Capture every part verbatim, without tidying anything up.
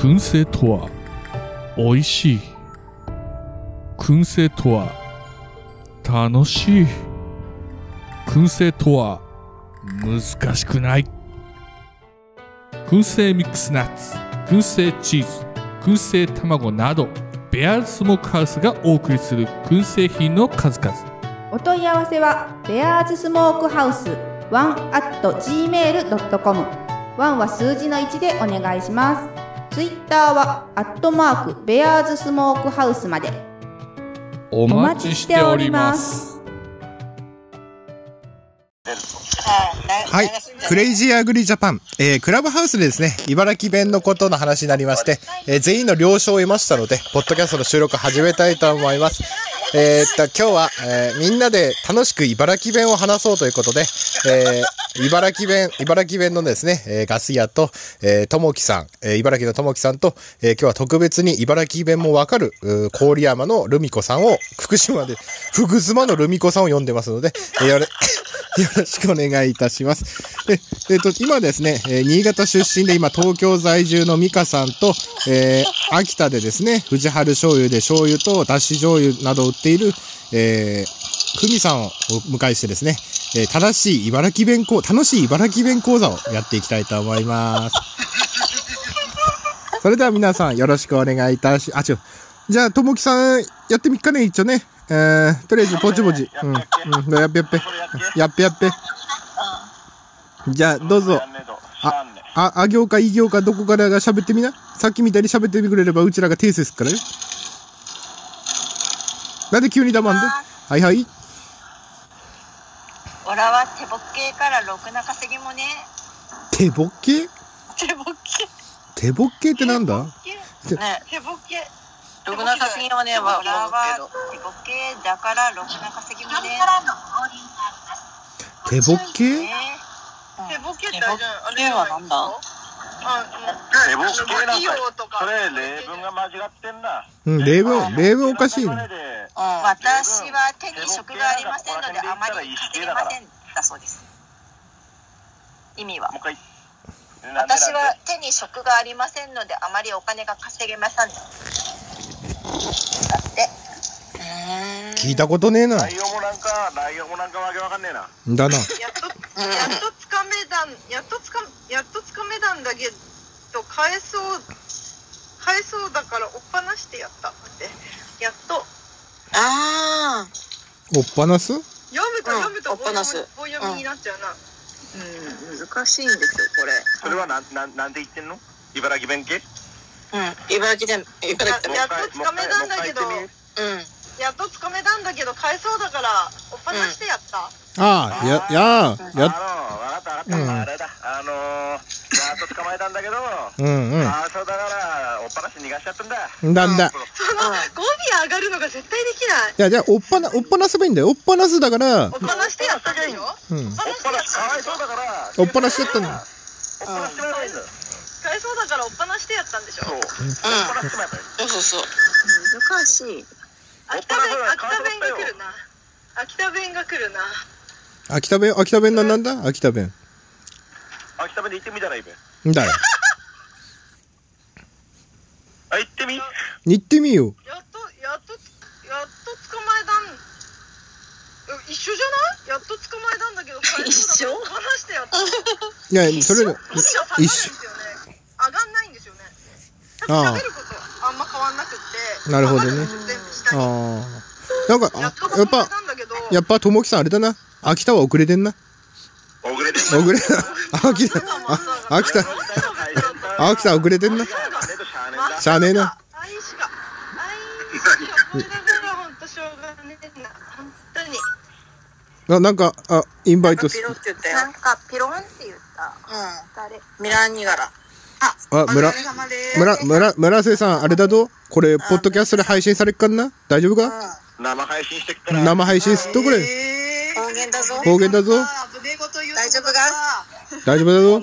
燻製とは美味しい。燻製とは楽しい。燻製とは難しくない。燻製ミックスナッツ、燻製チーズ、燻製卵など、ベアーズスモークハウスがお送りする燻製品の数々。 お問い合わせはベアーズスモークハウスワンアットジーメールドットコム。ワンは数字のいちでお願いします。ツイッターはアットマークベアーズスモークハウスまでお待ちしております。 はい、クレイジーアグリジャパン、えー、クラブハウスでですね、茨城弁のことの話になりまして、えー、全員の了承を得ましたので、ポッドキャストの収録始めたいと思います。えー、っと今日は、えー、みんなで楽しく茨城弁を話そうということで、えー、茨城弁茨城弁のですね、えー、ガス屋と、えー、ともきさん、えー、茨城のともきさんと、えー、今日は特別に茨城弁もわかる郡山のルミ子さんを、福島で福妻のルミ子さんを呼んでますので、えー、よろよろしくお願いいたします。で、えっと、今ですね、えー、新潟出身で今東京在住のミカさんと、えー、秋田でですね、富士春醤油で醤油とだし醤油などを売っている、えー、ふみさんをお迎えしてですね、えー、正しい茨城弁講、楽しい茨城弁講座をやっていきたいと思います。それでは皆さんよろしくお願いいたし、あ、ちょ、じゃあ、ともきさんやってみっかね、一応ね。えー、とりあえず、ぼちぼち。うん、うん、やっぺやっぺ。やっぺやっぺ。じゃあ、どうぞ。あ、あ、あ行かい行かどこからが喋ってみな。さっきみたいに喋ってくれれば、うちらが訂正すっからよ。なんで急に黙んで。はいはい。 おらは手ぼっけからろくな稼ぎもね。 手ぼっけ手ぼっけ。 手ぼっけってなんだ？ ね、手ぼっけ。ろくな稼ぎもねは手ぼっけだからろくな稼ぎもね。 手ぼっけ？ 手ぼっけってあれはなんだ？ 手ぼっけなんかそれ例文が間違ってんな。 うん、例文例文おかしいね。 私は手に職がありませんのであまり稼げませんだそうです。意味は。もう一回。私は手に職がありませんのであまりお金が稼げません。だって。 聞いたことねえな。 内容もなんか内容もなんかわけわかんねえな。 だな。 やっとやっとつかめたんやっとつかやっとつかめたんだけど返そう返そうだからおっぱなしてやったってやっと。 ああ。 おっぱなす？ 読むと読むと棒読みになっちゃうな。 うん、難しいんですよこれ。 それはなんなんなんて言ってんの？茨城弁系？ うん、茨城で茨城で。 やっとつかめたんだけど、うん、やっとつかめたんだけど返そうだからおっぱなしてやった。 ああ、ややや。 あのわかったわかった、あれだ、あのやっと捕まえたんだけど、 うんうん。 ああそうだからおっぱなし逃がしちゃったんだ。 なんだ。 その語尾上がるのが絶対できない。 いやじゃあおっぱなおっぱなせばいいんだよ。おっぱなすだから。 おっぱなしてやったでしょ。 うん。 おっぱなしかわいそうだから。 おっぱなしやったんだ。 おっぱなしもやばいんだよ。 かわいそうだからおっぱなしてやったんでしょ。 そう。おっぱなしもやばい。 そうそうそう。難しい。 秋田弁秋田弁が来るな。秋田弁が来るな。 秋田弁秋田弁なんなんだ秋田弁。 秋田弁で言ってみたらいいべ。 だよ。 あ、言ってみ。 言ってみよう。 やっとやっとやっと捕まえたん。一緒じゃない？やっと捕まえたんだけど一緒？ 話してやった。 いやそれ一緒。上がんないんですよね。 ああ。 喋ることあんま変わんなくって。 なるほどね。ああ。なんかやっぱやっぱともきさんあれだな。秋田は遅れてんな。 遅れてんな。遅れ秋田秋田秋田遅れてんな。しゃあねえな。 愛しが愛しこれだから本当しょうがねえな本当に。 ななんかあインバイトピロって言ったよ。なんかピロンって言った。うん。誰？ミランニガラ。 あ、村、村、村、村瀬さん、あれだぞ。これ、ポッドキャストで配信されっかんな？大丈夫か？ 生配信してっから。 生配信すっとくれ。 方言だぞ。 方言だぞ。 大丈夫が？ 大丈夫だぞ。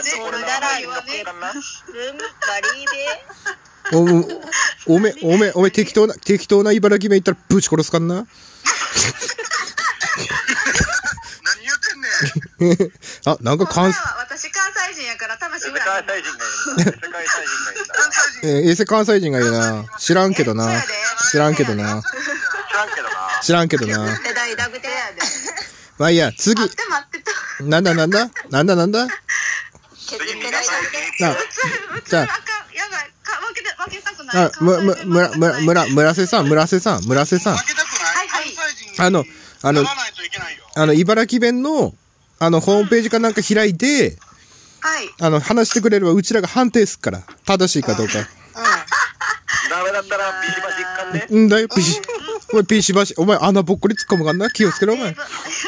お、おめ、おめ、おめ、適当な、適当な茨城弁言ったらぶち殺すかんな。何言うてんねん。 あ、なんか関西。 私関西人やからは多分志世村界大人がいる。世界大人がいる。 えー、衛星関西人がいるな。知らんけどな。知らんけどな。 知らんけどな。 知らんけどな。 世代ダブテやで。 まあいいや、次。 待って待ってと。 なんだなんだなんだなんだ削ってないだけ。 な、じゃあ、 やばい。か分けて分けたくない。 あ、む、む、むら、むら、むら、村瀬さん、村瀬さん、村瀬さん。 はいはい。 あの、あの、あの、茨城弁の、あの、ホームページかなんか開いて、 はい。 あの、話してくれれば、うちらが判定すっから。正しいかどうか。 ダメだったらビシバシ一貫ね。 うんだよ、ピシ。お前、ピシバシ。お前、穴ぼっこり突っ込むかんな。気をつけろ、お前。 ご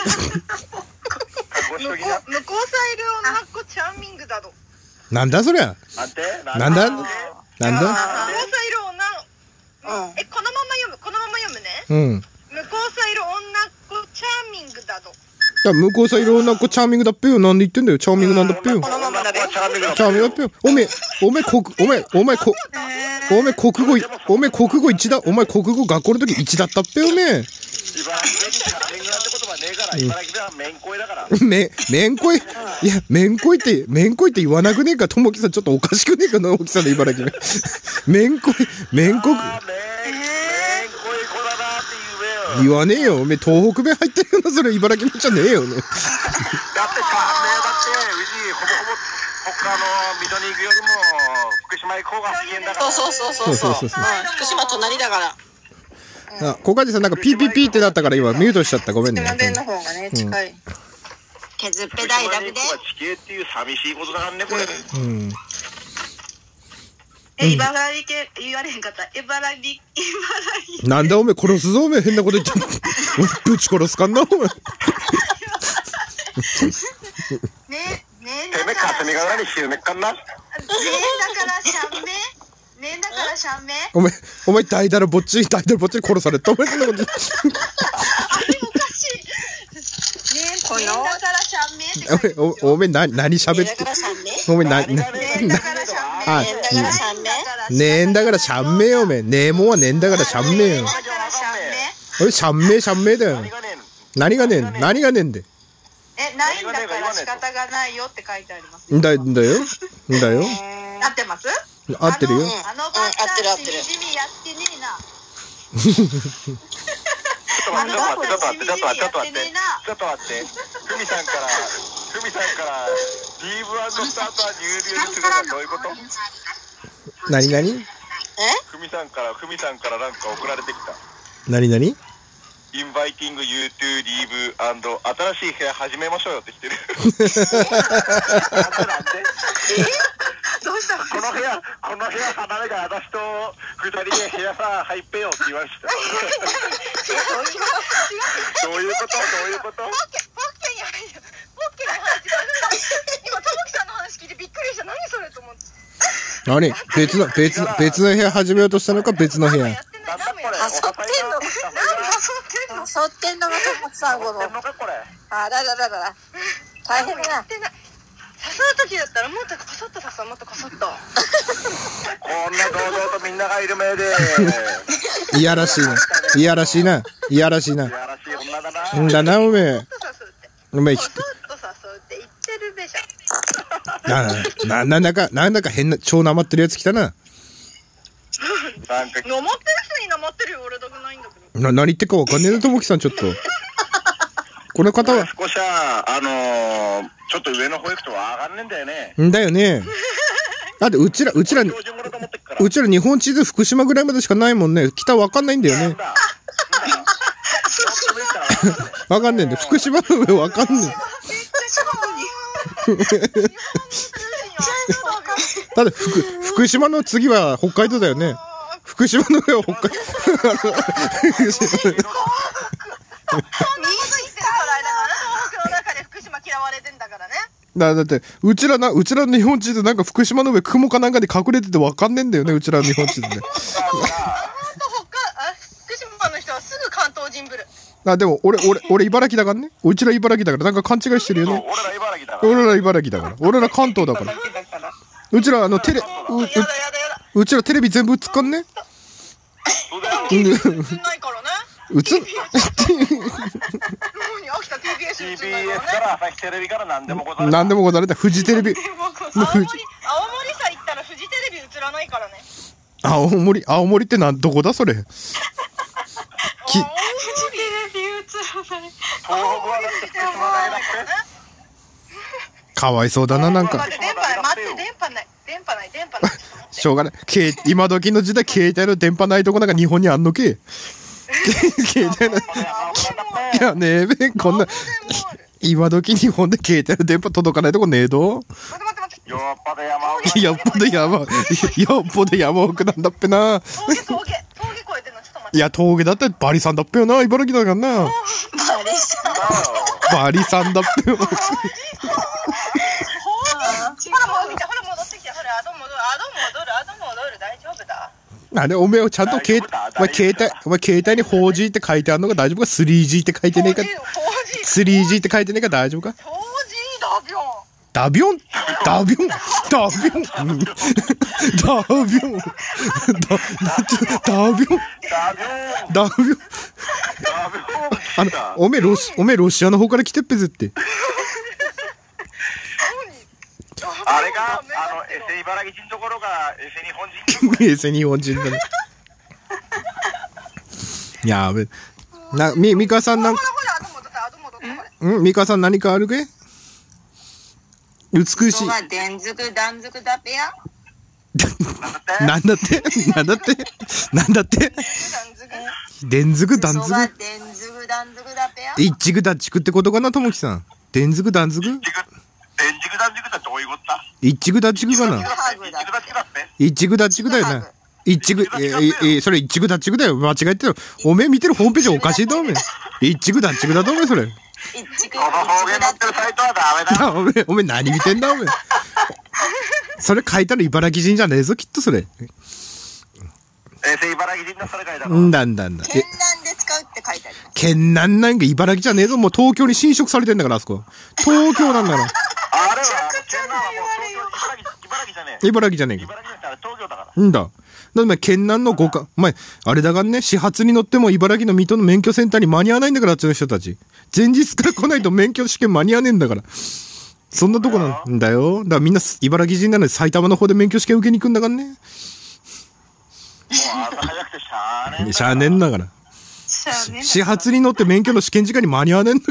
しときな。 向こうサイル女っ子チャーミングだと。 なんだそりゃ。 なんてなんだなんだ向こうサイル女、え、このまま読む、このまま読むね。 うん。 向こうサイル女っ子チャーミングだと。 じゃあ、向こうさいろんな子チャーミングだっぺよ。なんで言ってんだよ。チャーミングなんだっぺよ。チこのままだべ。チャーミングだャーミングだっぺよ。おめえ、おめえ、国、おめえ、お前、こ、おめえ、国語い、おめえ、国語一だ。お前、国語学校の時一だったっぺよ、おめえ。 茨城弁にチャーミングなんて言葉ねえから、茨城弁はめんこいだから。 め、めんこい。いや、めんこいって、めんこいって言わなくねえか。ともきさん、ちょっとおかしくねえかな、おきさんの茨城弁。めんこい、めんこ、 あーめん、めんこい子だなって言えよ。 言わねえよ。おめえ、東北弁入ってるよな、それ茨城弁じゃねえよね。 だってチャーミングだって、うちほぼほぼ他の水戸に行くよりも福島行こうが危険だから。 そうそうそうそうそう。 そうそうそううん福島隣だから。 あ、小梶さん、なんかピーピーピーってなったから今、ミュートしちゃった。ごめんね。 福島弁の方がね近い。削って福大だけで。 島に行こうが地形っていう寂しいことだからね、これ。 うん。 え、茨城県、言われへんかった。茨城、茨城。 なんだおめえ、殺すぞ、おめえ、変なこと言って。お前ぶち殺すかんな、お前。 ね、ねてめえ、霞ヶ浦に死ぬめっかんな。 ねえだからシャンメねえだからシャンメお前、お前、大だらぼっち、大だらぼっちに殺された。お前、そんなこと言って。 あれおかしいねえこのねえだからシャンメって書いてお前、おおめえ、な、何喋ってだから。さんね。 お前、な、な、 何がねねえだからシャンメあ、 ねだからさんね。 ねえんだからシャンメよ、おめえ。ねえもんはねえんだからシャンメよ。 だからシャンメおい、シャンメ、シャンメだよ何。がね何がねえん、何がねえんで。 え、ないんだから仕方がないよって書いてありますんだ、んだよ。んだよ。 合ってます合ってるよ。 あのバッタ合ってる合ってるーしみじみやってねえなちょっと待って、ちょっと待って、ちょっと待って、ちょっと待って、ちょっと待って、ちょっと待って、ふみさんから、ふみさんから、リーブアンドスタートはニューリューにするのはどういうこと？ 何何ふみさんから、ふみさんからなんか送られてきた。 何何インバイティング you to leave and 新しい部屋始めましょうよって来てる。なんでなんで？ どうしたのこの部屋、この部屋離れが私と二人で部屋さ入っぺよって言われた。どういうこと？どういうこと？ ポッケ、ポッケに入る。ポッケに入って今、ともきさんの話聞いてびっくりした。何それと思って。 何別の、別の、別の部屋始めようとしたのか、別の部屋。 やってない。 なんだこれ？ あ、そってんの。 何もそってんのがともきさんごの。 やってんのかこれ？ あららららら。大変だ。 やってない。誘う時だったらもっとこそっと誘う、もっとこそっと。 こんな堂々とみんながいる目で。 いやらしいな。いやらしいな。いやらしいな。 いやらしい女だな。 んだな、おめえ。 誘うって。 おめえ、 こそっと誘うって言ってるべしょ。 な、な、なんだか、なんだか変な、超なまってるやつ来たな。 なんか、 飲まってる人に飲まってるよ、俺だけないんだけど。 な、何言ってるかわかんねえな、ともきさん、ちょっと。この方は、 少しは、あのー、ちょっと上の方行くと上がんねえんだよね。 んだよね。だって、うちら、うちら、 標準語だと思ってっから。 うちら日本地図福島ぐらいまでしかないもんね。北わかんないんだよね。 なんだ。なんだ。 わかんねえんだよ。福島の上わかんねえ。だって、福、福島の次は北海道だよね。福島の上は北海道。 そんなこと言ってるから、あれだから、東北の中で福島嫌われてんだからね。 だ、だって、うちらな、うちらの日本地図なんか福島の上雲かなんかで隠れててわかんねえんだよね、うちらの日本地図で。 ほんと北あ福島の人はすぐ関東人ぶる。 あ、でも、俺、俺、俺茨城だからね。うちら茨城だから、なんか勘違いしてるよね。 俺ら茨城だから。 俺ら茨城だから。俺ら関東だから。うちら、あの、テレ、う、う、 やだやだやだ。 うちらテレビ全部映っかんね。 そうだよ。 うん、 映んないからね。 映っ、 うに秋田 ティービーエス 映るティービーエス から朝日テレビから何でもござる。 何でもござれた。フジテレビ。 青森、青森さ行ったらフジテレビ映らないからね。 青森、青森ってなん、どこだそれ。き、 フジテレビ映らない。 東北はだって福島だけだって。 かわいそうだな、なんか。 待って、電波ない、待って、電波ない、電波ない、電波ない。 しょうがない。け今時の時代、携帯の電波ないとこなんか日本にあんのけ。携帯の。いやねえべ、こんな。今時日本で携帯の電波届かないとこねえど。 待って待って待って。 よっぽど山奥。 よっぽど山、よっぽど山奥なんだっぺな。 峠、峠、峠越えてんの、ちょっと待って。 いや、峠だってバリさんだっぺよな、茨城だからな。 バリさん。 バリさんだっぺよ。 ほら、もう見て、ほら、戻ってきて、ほら、あと戻る、あと戻る、あと戻る、大丈夫だ。 あれ、おめえちゃんと携帯、お前携帯、お前携帯に フォージー って書いてあるのが大丈夫か ?スリージー って書いてねえか ?スリージー って書いてねえか大丈夫かフォージー だびょん。 ダビョンダビョンダビョンダビョンダビョンダビョンあの、おめえロシ、おめえロシアの方から来てっぺぜって。 あれが、あの、エセ茨城人のところが、エセ日本人。 エセ日本人だね。やべ。な、み、みかさんなんか、んみかさん何かあるべ美しい。 でんずくだんずくだぺや。 なんだってなんだってなんだってでんずくだんずく。 でんずくだんずくだぺや。 いっちぐだっちくってことかな、ともきさん。でんずくだんずくでんじくだんじくだってどういうことだ。 いっちぐだっちくかな。いっちぐだっちくだよな。いっちぐ、え、え、え、それいっちぐだっちくだよ。間違えてる。おめえ見てるホームページおかしいだおめえ。いっちぐだっちくだとおめえ、それ。 この方言載ってるサイトはダメだ。 おめえ、おめえ何見てんだおめえ。それ書いたの茨城人じゃねえぞ、きっとそれ。 えー、茨城人のそれ書いたの。 んだんだんだ。 県南で使うって書いてあります。 県南なんか茨城じゃねえぞ。もう東京に侵食されてんだから、あそこ。東京なんだから。 あれは、県南はもう東京、茨城、茨城じゃねえ。 茨城じゃねえか。 茨城だったら東京だから。 んだ。だから県南の五か、お前、あれだからね、始発に乗っても茨城の水戸の免許センターに間に合わないんだから、あっちの人たち。前日から来ないと免許試験間に合わねえんだから。そんなとこなんだよ。だからみんな茨城人なので埼玉の方で免許試験受けに行くんだからね。もう朝早くてしゃーねえんだから。 しゃあねえんだから。始発に乗って免許の試験時間に間に合わねえんだから。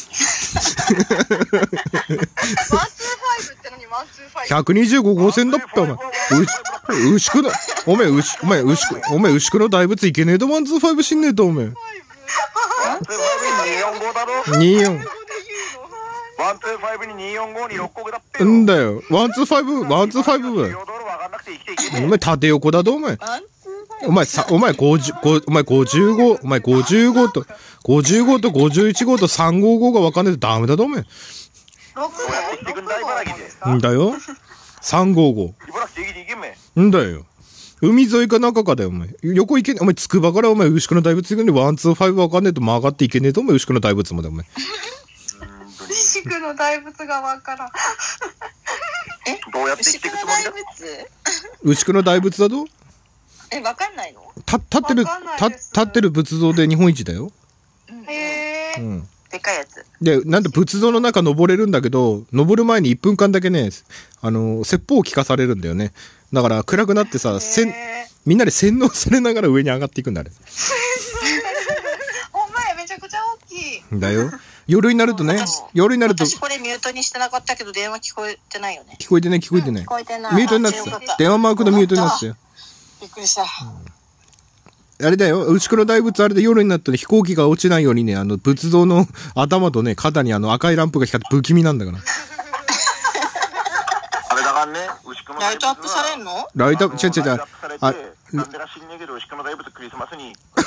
ひゃくにじゅうご号線だった、お前。牛久の、お前、牛、お前、牛久、お前、牛久の大仏行けねえと、ワンツーファイブしんねえと、お前。 ワンツーファイブにによんごだろ。 にじゅうよん。 ワンツーファイブにによんごにろっこくだってんだよ。ワンツーファイブ、ワンツーファイブ。お前、縦横だと、お前。お前、さ、お前、ごじゅう、お前、ごじゅうご、お前、ごじゅうごと、ごじゅうごとごじゅういち号とさんごごが分かんないとダメだと、お前。んだよ。さんごご。んだよ。海沿いか中かだよ、お前。横行けねえ。お前、つくばからお前、牛久の大仏行くのにワンツーファイブ分かんねえと曲がっていけねえと、お前、牛久の大仏まで、お前。 牛久の大仏が分からん。 えどうやって行っていくつもりだ。 牛久の大仏だとえ、分かんないの？ た、立ってる、た、立ってる仏像で日本一だよ。 へー。 うん。 でっかいやつ。 で、なんで仏像の中登れるんだけど、登る前にいっぷんかんだけね、あの、説法を聞かされるんだよね。だから暗くなってさ、せん、みんなで洗脳されながら上に上がっていくんだ、あれ。 お前めちゃくちゃ大きい。 だよ。夜になるとね、夜になると。 私これミュートにしてなかったけど電話聞こえてないよね。 聞こえてない、聞こえてない。 聞こえてない。 ミュートになってた。電話マークのミュートになってたよ。 びっくりした。 あれだよ、牛久の大仏あれで夜になったら飛行機が落ちないようにね、あの仏像の頭とね、肩にあの赤いランプが光って不気味なんだから。 あれだからね、牛久のライトアップされんの？ ライトアップ、違う違う違う。 あ、なんでらしいんねえけど、牛久の大仏クリスマスに。え、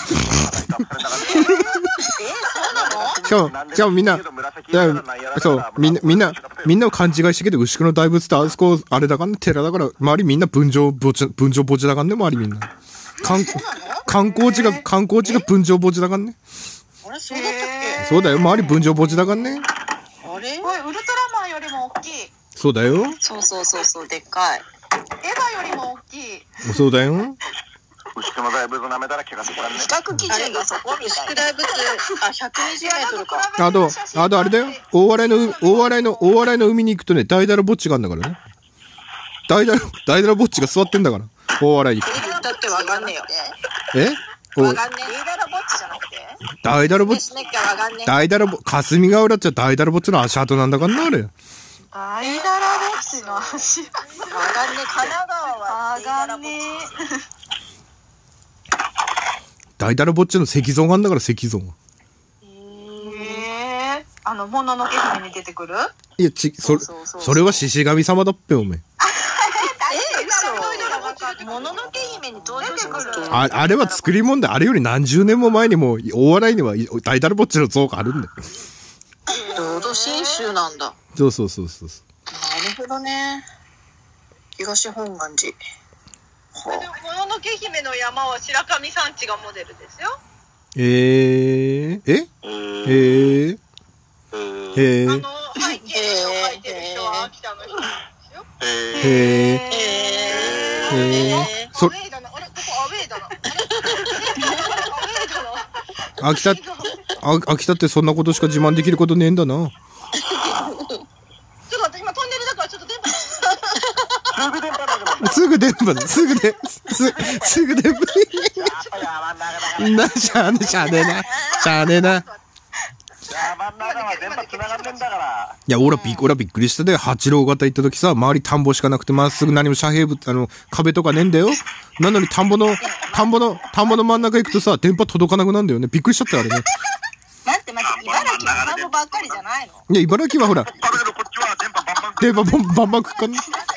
そうなの？しかもみんな、そう、みんな、みんな、みんなを勘違いしてけど、牛久の大仏ってあそこ、あれだからね、寺だから、周りみんな分譲墓地、分譲墓地だからね、周りみんな。観観光地が、観光地が分譲墓地だからね。 あれ、そうだったっけ？ そうだよ、周り分譲墓地だからね。 あれ？ おい、ウルトラマンよりも大きい。 そうだよ。 そうそうそうそう、でっかい。 エヴァよりも大きい。 そうだよ。 牛久もだいぶ舐めたら怪我するからね。 比較基準がそこみたいな。宿題物、あ、ひゃくにじゅうメートルか。 あと、あとあれだよ。大洗の、大洗の、大洗の海に行くとね、大だらぼっちがあるんだからね。大だら、大だらぼっちが座ってんだから。大洗に行くと。 だってわかんねえよ。 えわかんねえ。大だらぼっちじゃなくて大だらぼっち。大だらぼ、霞ヶ浦っちゃ大だらぼっちの足跡なんだからな、あれ。 大だらぼっちの足跡。 わかんねえ。神奈川は大だらぼっち。 大だらぼっちの石像があんだから、石像が。 えー、あの、もののけ姫に出てくる？ いや、ち、それ、それは獅子神様だっぺ、おめえ。 もののけ姫に登場してくる。 あ、あれは作り物で、あれより何十年も前にも、大洗には大だらぼっちの像があるんだよ。 浄土真宗なんだ。 そうそうそうそう。 なるほどね。東本願寺。 もののけ姫の山は白神山地がモデルですよ。 えー、ええー、えー、 あの背景を描いてる人は秋田の人なんですよ。 へー、へー、それ、 アウェーだな。あれ、ここアウェーだな。アウェーだな。 秋田、あ、秋田ってそんなことしか自慢できることねえんだな。 ちょっと待って、今トンネルだからちょっと電波。 すぐ電波だ。すぐで、す、すぐ電波。な、しゃあね、しゃあねえな。しゃあねえな。いや、俺はびっ、俺はびっくりしたで、八郎型行った時さ、周り田んぼしかなくて、まっすぐ何も遮蔽物、あの、壁とかねえんだよ。なのに田んぼの、田んぼの、田んぼの真ん中行くとさ、電波届かなくなるんだよね。びっくりしちゃったよ、あれね。 待って待って、茨城は田んぼばっかりじゃないの？ いや、茨城はほら、電波バンバンバンくっかんね。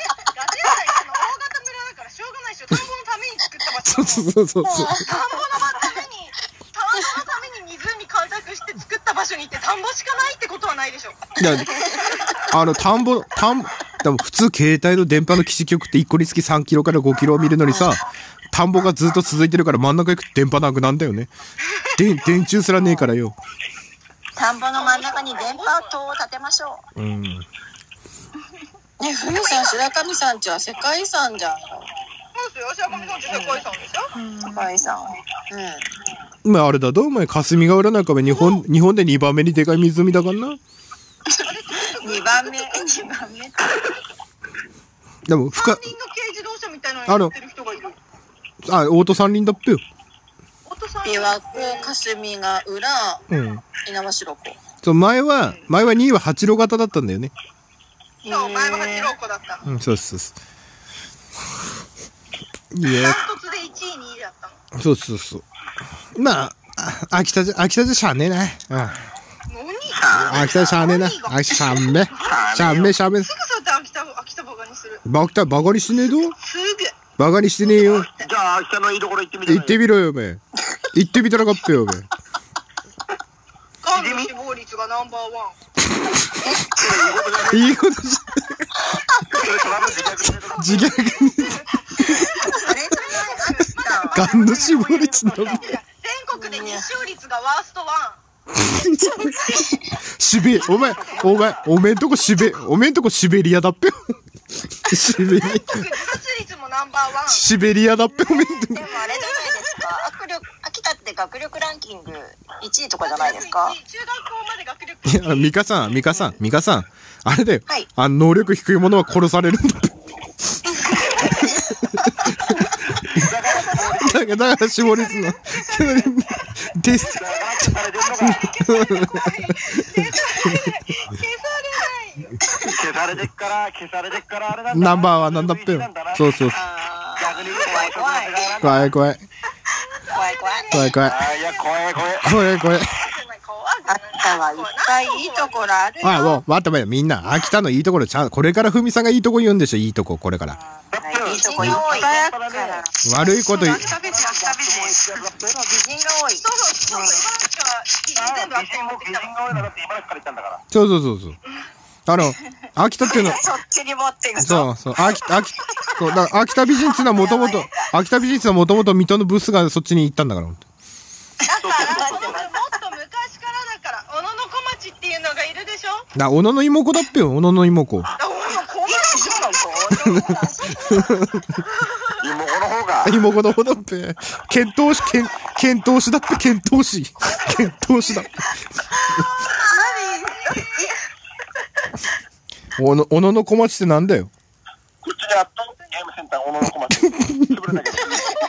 そうそうそうそう。 田んぼのために、田んぼのために湖開拓して作った場所に行って田んぼしかないってことはないでしょ。 いや、あの、田んぼ、田んぼ、でも普通携帯の電波の基地局っていっこにつきさんキロからごキロを見るのにさ、田んぼがずっと続いてるから真ん中行くと電波なくなんだよね。で、電柱すらねえからよ。 田んぼの真ん中に電波塔を建てましょう。うん。ね、ふみさん、白神山地は世界遺産じゃん。 そうですよ、白神山地世界遺産でしょ。 世界遺産。 うん。まああれだど、お前、霞ヶ浦なんかは日本、日本でにばんめにでかい湖だからな。 にばんめ、にばんめ。 でも、深、 三輪の軽自動車みたいなのやってる人がいる。 あ、オート三輪だっぺよ。 琵琶湖、霞ヶ浦、うん。猪苗代湖。 そう、前は、前はにいは八郎型だったんだよね。 そう、前は八郎湖だった。 うん、そうそうそう。いや。 ダントツでいちい、にいだったの。 そうそうそう。まあ、秋田じゃ、秋田じゃしゃあねえな。うん。秋田じゃしゃあねえな。秋田しゃんめ。しゃんめしゃんめ。 すぐそうやって秋田、秋田バカにする。 バカ、バカにしてねえぞ。 すぐ。 バカにしてねえよ。 じゃあ、秋田のいいところ行ってみて。 行ってみろよ、おめえ。行ってみたらかっぺよ、おめえ。 がんの死亡率がナンバーワン。いいことし、自虐に。がんの死亡率の。全国で日照率がワーストワン。 シベ、お前、お前、おめんとこシベ、おめんとこシベリアだっぺよ。シベリア。 全国自殺率もナンバーワン。 シベリアだっぺ、おめんとこ。 でもあれじゃないですか。学力、秋田って学力ランキングいちいとかじゃないですか。 中学校まで学力。 いや、ミカさん、ミカさん、ミカさん。あれだよ。 はい。 あの、能力低い者は殺されるんだって。だから、だから、絞り率の。です。 消されない。 消されてっから、消されてっから、あれなんだ。ナンバーはなんだっぺよ。そうそう。怖い怖い。 怖い怖い。 怖い怖い。 いや、怖い怖い。 怖い怖い。 秋田はいっぱいいいところあるよ。 あ、もう、待って待って、みんな、秋田のいいところ、ちゃん、これからふみさんがいいとこ言うんでしょ、いいとこ、これから。 いいとこいっぱいあるから。 悪いこと言う。 秋田美人、秋田美人。美人が多い。 そうそう、茨城から美人全部秋田に持ってきたの。 そうそうそうそう。あの、秋田っていうの。 そっちに持っていくそうそう。秋田、秋田、そうだ、秋田美人っていうのはもともと、秋田美人っていうのはもともと水戸のブースがそっちに行ったんだから。 だから、もっと昔からだから、小野小町っていうのがいるでしょ。 だ、小野の妹子だっぺよ、小野の妹子。 小野小町じゃないか。 妹子の方が。 芋子供だっぺ。剣闘士、剣、剣闘士だって、剣闘士。剣闘士だって。何おの、おのの小町ってなんだよ。 うちにあったゲームセンター、おのの小町。潰れたけど。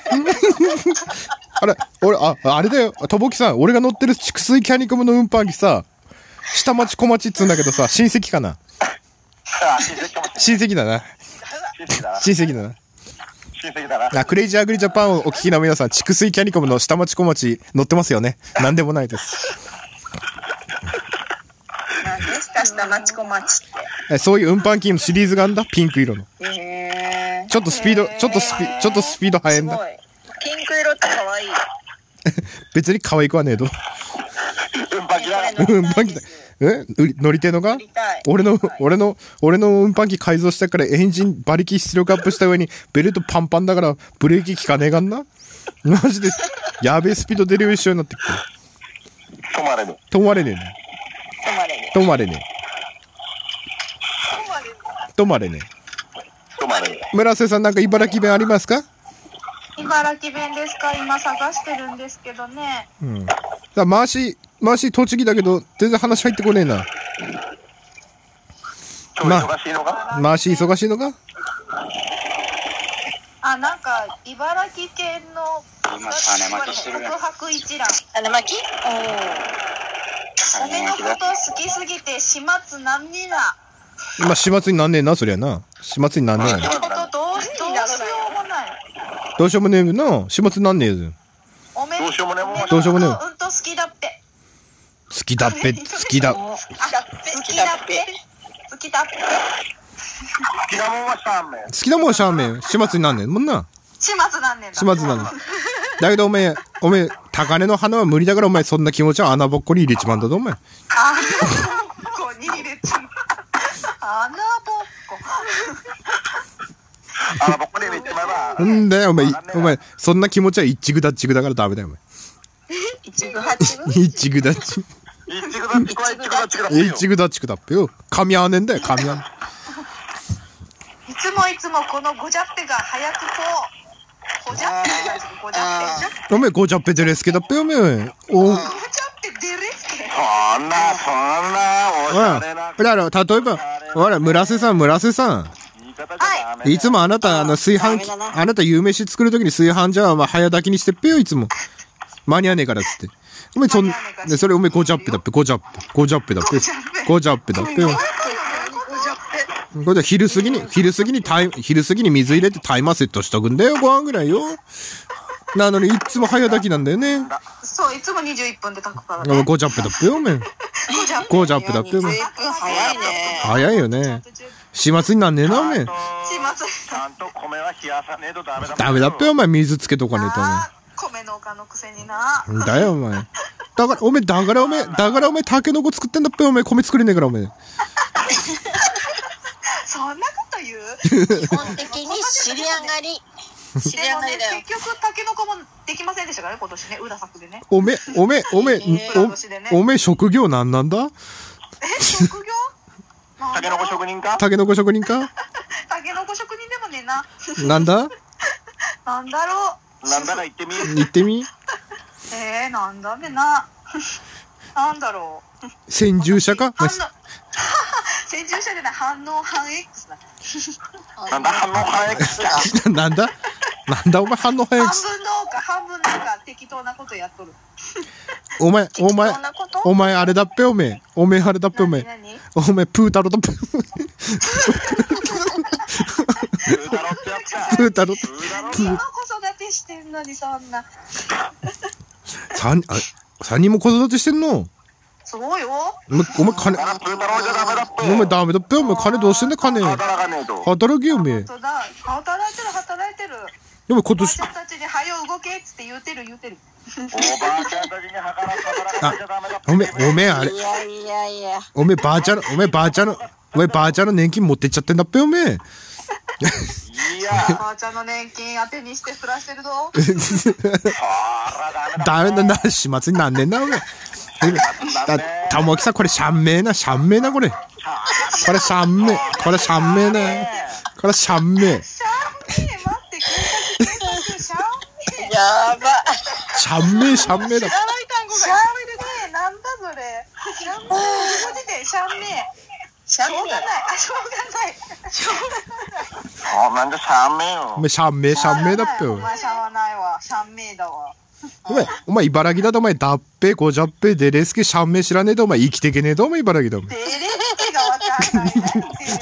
あれ、俺、あ、あれだよ。とぼきさん、俺が乗ってる畜水キャニコムの運搬機さ、下町小町っつうんだけどさ、親戚かな。親戚だな。親戚だな。親戚だな。あ、クレイジーアグリジャパンをお聞きの皆さん、畜水キャニコムの下町小町乗ってますよね。なんでもないです。 何ですか、下町小町って。 そういう運搬機のシリーズがあんだ。ピンク色の。 へー。 ちょっとスピード、ちょっとスピ、ちょっとスピード速いんだ。 ピンク色って可愛い。 別に可愛くはねえど。 運搬機だ。 運搬機だ。え乗りてえのか俺の、俺の、俺の運搬機改造したからエンジン馬力出力アップした上にベルトパンパンだからブレーキ効かねえがんな。マジで、やべえスピード出るようにしようになってきて。 止まれね止まれねえね。 止まれね止まれねえ。止まれねえ。止まれねえ。村瀬さんなんか茨城弁ありますか？ 茨城弁ですか？今探してるんですけどね。 うん。だ回し、回し栃木だけど、全然話入ってこねえな。 ま、忙しいのか？ 回し忙しいのか？ あ、なんか、茨城県の今種まきしてるね。 告白一覧。 種まき？おー。 俺のこと好きすぎて始末なんにな。 まあ、始末になんねえな、そりゃな。始末になんねえな。 ってことどう、どうしようもない。 どうしようもねえよな。始末なんねえよ。 おめどうしようもねえもん。 どうしようもねえよ。 うんと好きだって。 好きだっぺ、好きだ。 好きだって好きだって好きなもんはしゃんめん。 好きなもんはしゃあめん。始末になんねんもんな。 始末なんねんだ。 始末なんねん。だけどおめえ、おめえ、高嶺の花は無理だからお前そんな気持ちは穴ぼっこに入れちまうんだぞお前。 穴ぼっこに入れちまう。穴ぼっこ。 あ、僕ね、めっちゃまだ。 んだよお前、お前、そんな気持ちは一グダッチグだからダメだよお前。 一グ八グ一グダッチ。 一グダッチグダッチグダッチグダッチ。 一グダッチグだっぺよ。噛み合わねえんだよ、噛み合わねいつもいつもこのごじゃっぺが早くこう。ごじゃっぺがごじゃっぺ。 え。お前、ごちゃっぺでレスケだっぺよ、お前。おごじゃっぺデレスケ。 そんな、そんな、おしゃれな。 ほら、例えば、ほら、村瀬さん、村瀬さん。いつもあなた、あの、炊飯器、あなた、夕飯作るときに炊飯ジャーは、まあ、早炊きにしてっぺよ、いつも。間に合わねえからっつって。お前、そん、で、それ、お前、ごちゃっぺだっぺ、ごちゃっぺ。ごちゃっぺだっぺ。ごちゃっぺだっぺよ。これで昼過ぎに、昼過ぎにタイ、昼過ぎに水入れてタイマーセットしとくんだよ、ご飯ぐらいよ。なのに、いつも早炊きなんだよね。 そう、いつもにじゅういっぷんで炊くからね。 ごちゃっぺだっぺよ、お前。ごちゃっぺだっぺよ、お前。 早いね。 早いよね。始末になんねえな、お前。 始末。 ちゃんと米は冷やさねえとダメだ。 ダメだっぺよ、お前。水つけとかねえと、お前。 米農家のくせにな。 だよ、お前。だから、お前、だからお前、だからお前、タケノコ作ってんだっぺよ、お前。米作れねえから、お前。 そんなこと言う？ 基本的に知り上がり。知り上がりだよ。 結局、タケノコもできませんでしたからね、今年ね、裏作でね。 おめ、おめ、おめ、お、おめ、職業なんなんだ？ え、職業？ タケノコ職人か？ タケノコ職人か？ タケノコ職人でもねえな。 なんだ？ なんだろう。なんだか言ってみ。 言ってみ。 えー、なんだべな。なんだろう。 先住者か？ 反応先住者じゃない、反応反 X だ。 なんだ反応反 X か。 なんだなんだお前反応反 X。 半分農家、半分なんか適当なことやっとる。 お前、お前、お前あれだっぺおめえ。おめえあれだっぺおめえ。おめえプータロだっぺ。プータロ。 今子育てしてんのにそんな。 三、あ、三人も子育てしてんの？ そうよ。 お前金、お前ダメだっぺお前金どうしてんだ金。働けよおめえ。 働いてる働いてる。 でも今年。 おばあちゃんたちに早う動けっつって言うてる言うてる。 おばあちゃんたちに働かなきゃダメだ。 おめえ、おめえあれ。 いやいやいや。 おめえばあちゃんの、おめえばあちゃんの、お前ばあちゃんの年金持ってっちゃってんだっぺおめえ。 いや。 ばあちゃんの年金当てにして暮らしてるぞ。 ダメだな、始末になんねんなおめえ。だ、たもきさんこれしゃんめえな、しゃんめえなこれ。これしゃんめえ、これしゃんめえな。これしゃんめえ。 シャンメー待って、警察警察シやば。 シャンメイ、シャンメイだ。 知らない単語がいっぱい出て、なんだそれ。シャンメイ、ここでて、シャンメイ。しょうがない。あ、しょうがない。しょうがない。 そうなんでシャンメイよ。 お前、シャンメイ、シャンメイだっぺよ。 お前、しゃあないわ。シャンメイだわ。 お前、お前、茨城だとお前、ダッペ、ゴジャッペ、デレスケ、シャンメイ知らねえとお前、生きてけねえとお前、茨城だもん。 デレスケがわかんないね。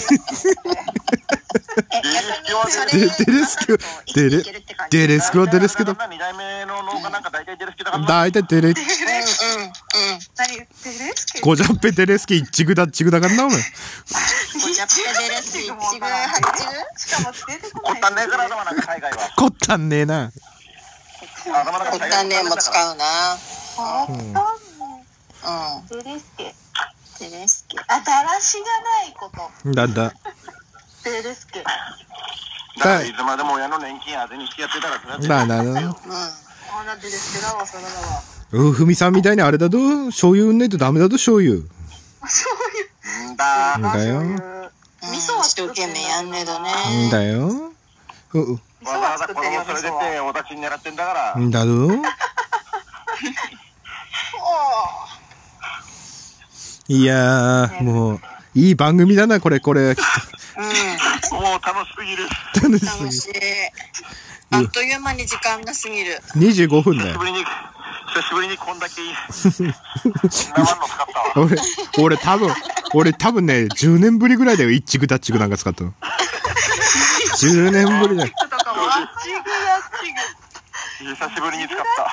デレスケ、デレ、デレスケはデレスケだ。 に代目の農家なんか大体デレスケだから。 大体デレ、 デレスケ。うん、うん。何デレスケゴジャッペ、デレスケ、一グだ、一グだからな、お前。 ゴジャッペデレス一グ八グしかも出てこない。 こったんねえからだわ、なんか海外は。 こったんねえな。 こったんねも使うな。 こったんね。 うん。 デレスケ。 デレスケ。 あ、だらしがないこと。 だんだ。 デレスケ。 だからいつまでも親の年金当てにしてやってたらそれはだだだ。 あ、なデレスケだわ、それだわ。 うん、ふみさんみたいにあれだと、醤油売んねえとダメだと、醤油。 醤油。 んだんだよ。 味噌は一生懸命やんねえとね。 んだよ。う、う、 わざわざ子供連れてってお立ちに狙ってんだから。 んだぞ。いやー、もう、いい番組だな、これ、これ。 うん。 もう楽しすぎる。 楽し楽しすい。あっという間に時間が過ぎる。 ぎる。にじゅうごふんだよ久しぶ。りに、久しぶりにこんだけいい。生の使ったわ。 俺、俺多分、俺多分ね、じゅうねんぶりぐらいだよ、イッチグタッチグなんか使ったの。じゅうねんぶりだよ。 とかも、あっちぐやっちぐ。 久しぶりに使った。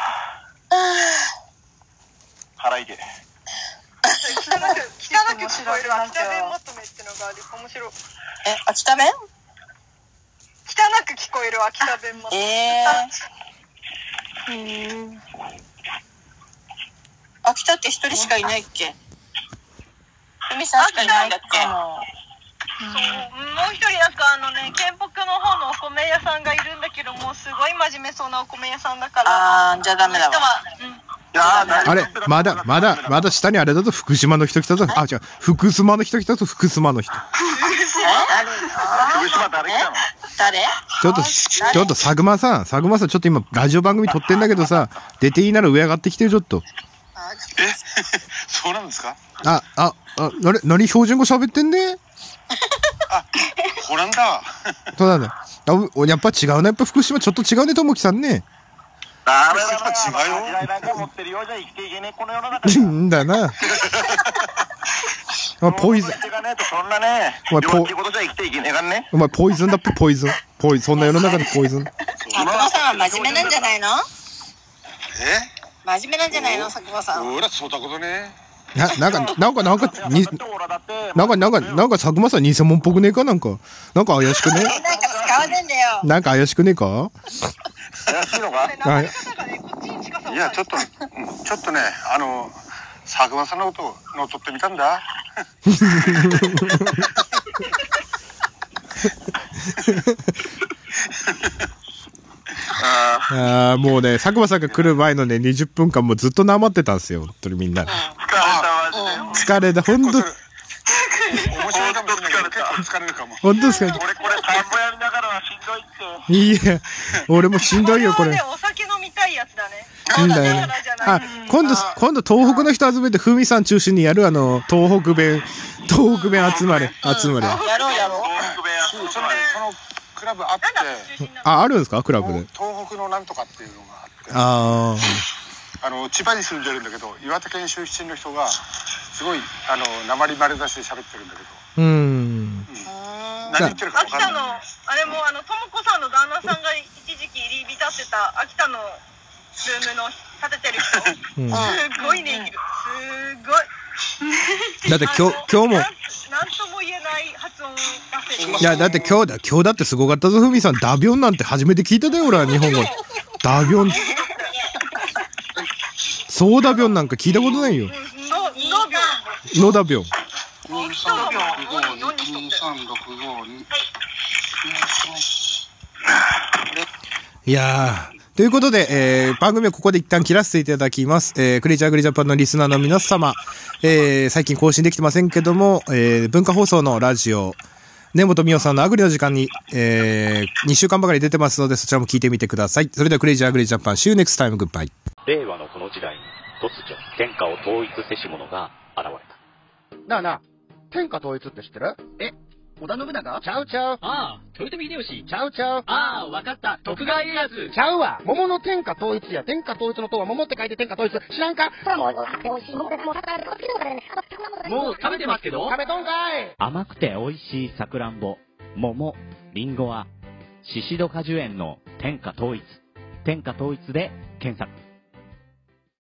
腹いけ。 汚く聞こえる秋田弁まとめってのがある。面白い。 え、秋田弁？ 汚く聞こえる秋田弁まとめ。 えー。うん。秋田って一人しかいないっけ？ふみさんしかいないんだっけ？ そう、もう一人なんかあのね、県北の方のお米屋さんがいるんだけど、もうすごい真面目そうなお米屋さんだから。 あー、じゃあダメだわ。 いやーあれ、まだ、まだ、まだ下にあれだと福島の人来たぞ。あ、違う、福島の人来たぞ、福島の人。 福島誰来たの？ 誰？ ちょっと、ちょっと、佐久間さん、佐久間さん、ちょっと今、ラジオ番組撮ってんだけどさ、出ていいなら上上がってきてよ、ちょっと。 えそうなんですか？ あ、あ、あ、なれ、何標準語喋ってんね？ あ、ホランダ。 そうなんだ。あ、おやっぱ違うね。やっぱ福島ちょっと違うね、ともきさんね。 ダメだな。違うよ。時代なんか持ってるようじゃ生きていけねえこの世の中いで。 んだな。お前ポイズン。 そんなね、 お前ポ幼稚ことじゃ生きていけねえからね。 お前ポイズンだっぺ、ポイズン。ポイズン。そんな世の中でポイズン。 佐久間さんは真面目なんじゃないの？ え？ 真面目なんじゃないの佐久間さん。 俺はそうだことね。 な、なんか、なんか、なんか、に、なんか、なんか、なんか、佐久間さん偽物っぽくねえかなんか。なんか怪しくねなんか使わねえんだよ。 なんか怪しくねえか怪しいのか？ はい。 いや、ちょっと、ちょっとね、あの、佐久間さんのことをのぞってみたんだ。 ああ、もうね、佐久間さんが来る前のね、にじゅっぷんかんもうずっとなまってたんですよ。本当にみんな。疲れた、ほんと。 面白いかもしれないけど、結構疲れるかも。 ほんとですか？ 俺これ、田んぼやりながらはしんどいって。 いや、俺もしんどいよ、これ。 お酒飲みたいやつだね。 いいんだよ。あ、今度、今度東北の人集めて、ふみさん中心にやるあの、東北弁、東北弁集まれ、集まれ。 やろうやろう。 そのクラブあって、 あ、あるんですかクラブで。 東北のなんとかっていうのがあって。 ああの、千葉に住んでるんだけど、岩手県出身の人が、すごい、あの、鉛丸出しで喋ってるんだけど。 あ。うん。 何言ってるか分かんない。 秋田の、あれも、あの、ともこさんの旦那さんが一時期入り浸ってた、秋田のルームの建ててる人。 うん、 すごいね、いる。すごい。 だって今日、今日も。 なんとも言えない発音を出せる。 いや、だって今日だ、今日だってすごかったぞ、ふみさん。ダビョンなんて初めて聞いただよ、俺は日本語。ダビョン。ソーダビョンなんか聞いたことないよ。ノダビョン。いやー。ということで、えー、番組はここで一旦切らせていただきます。えー、クレイジーアグリジャパンのリスナーの皆様、えー、最近更新できてませんけども、えー、文化放送のラジオ、 根本美代さんのアグリの時間に、えー、にしゅうかんばかり出てますので、そちらも聞いてみてください。それではクレイジーアグリジャパン、See you next time, goodbye。 令和のこの時代に突如天下を統一せし者が現れた。 なあなあ、天下統一って知ってる？ え、織田信長？ ちゃうちゃう。 ああ、豊臣秀吉。 ちゃうちゃう。 ああ、わかった。徳川家康。 ちゃうわ。桃の天下統一や。天下統一の塔は桃って書いて天下統一。知らんか？ もう食べてますけど。 食べとんかい。 甘くて美味しいさくらんぼ、桃、りんごは、シシド果樹園の天下統一。天下統一で検索。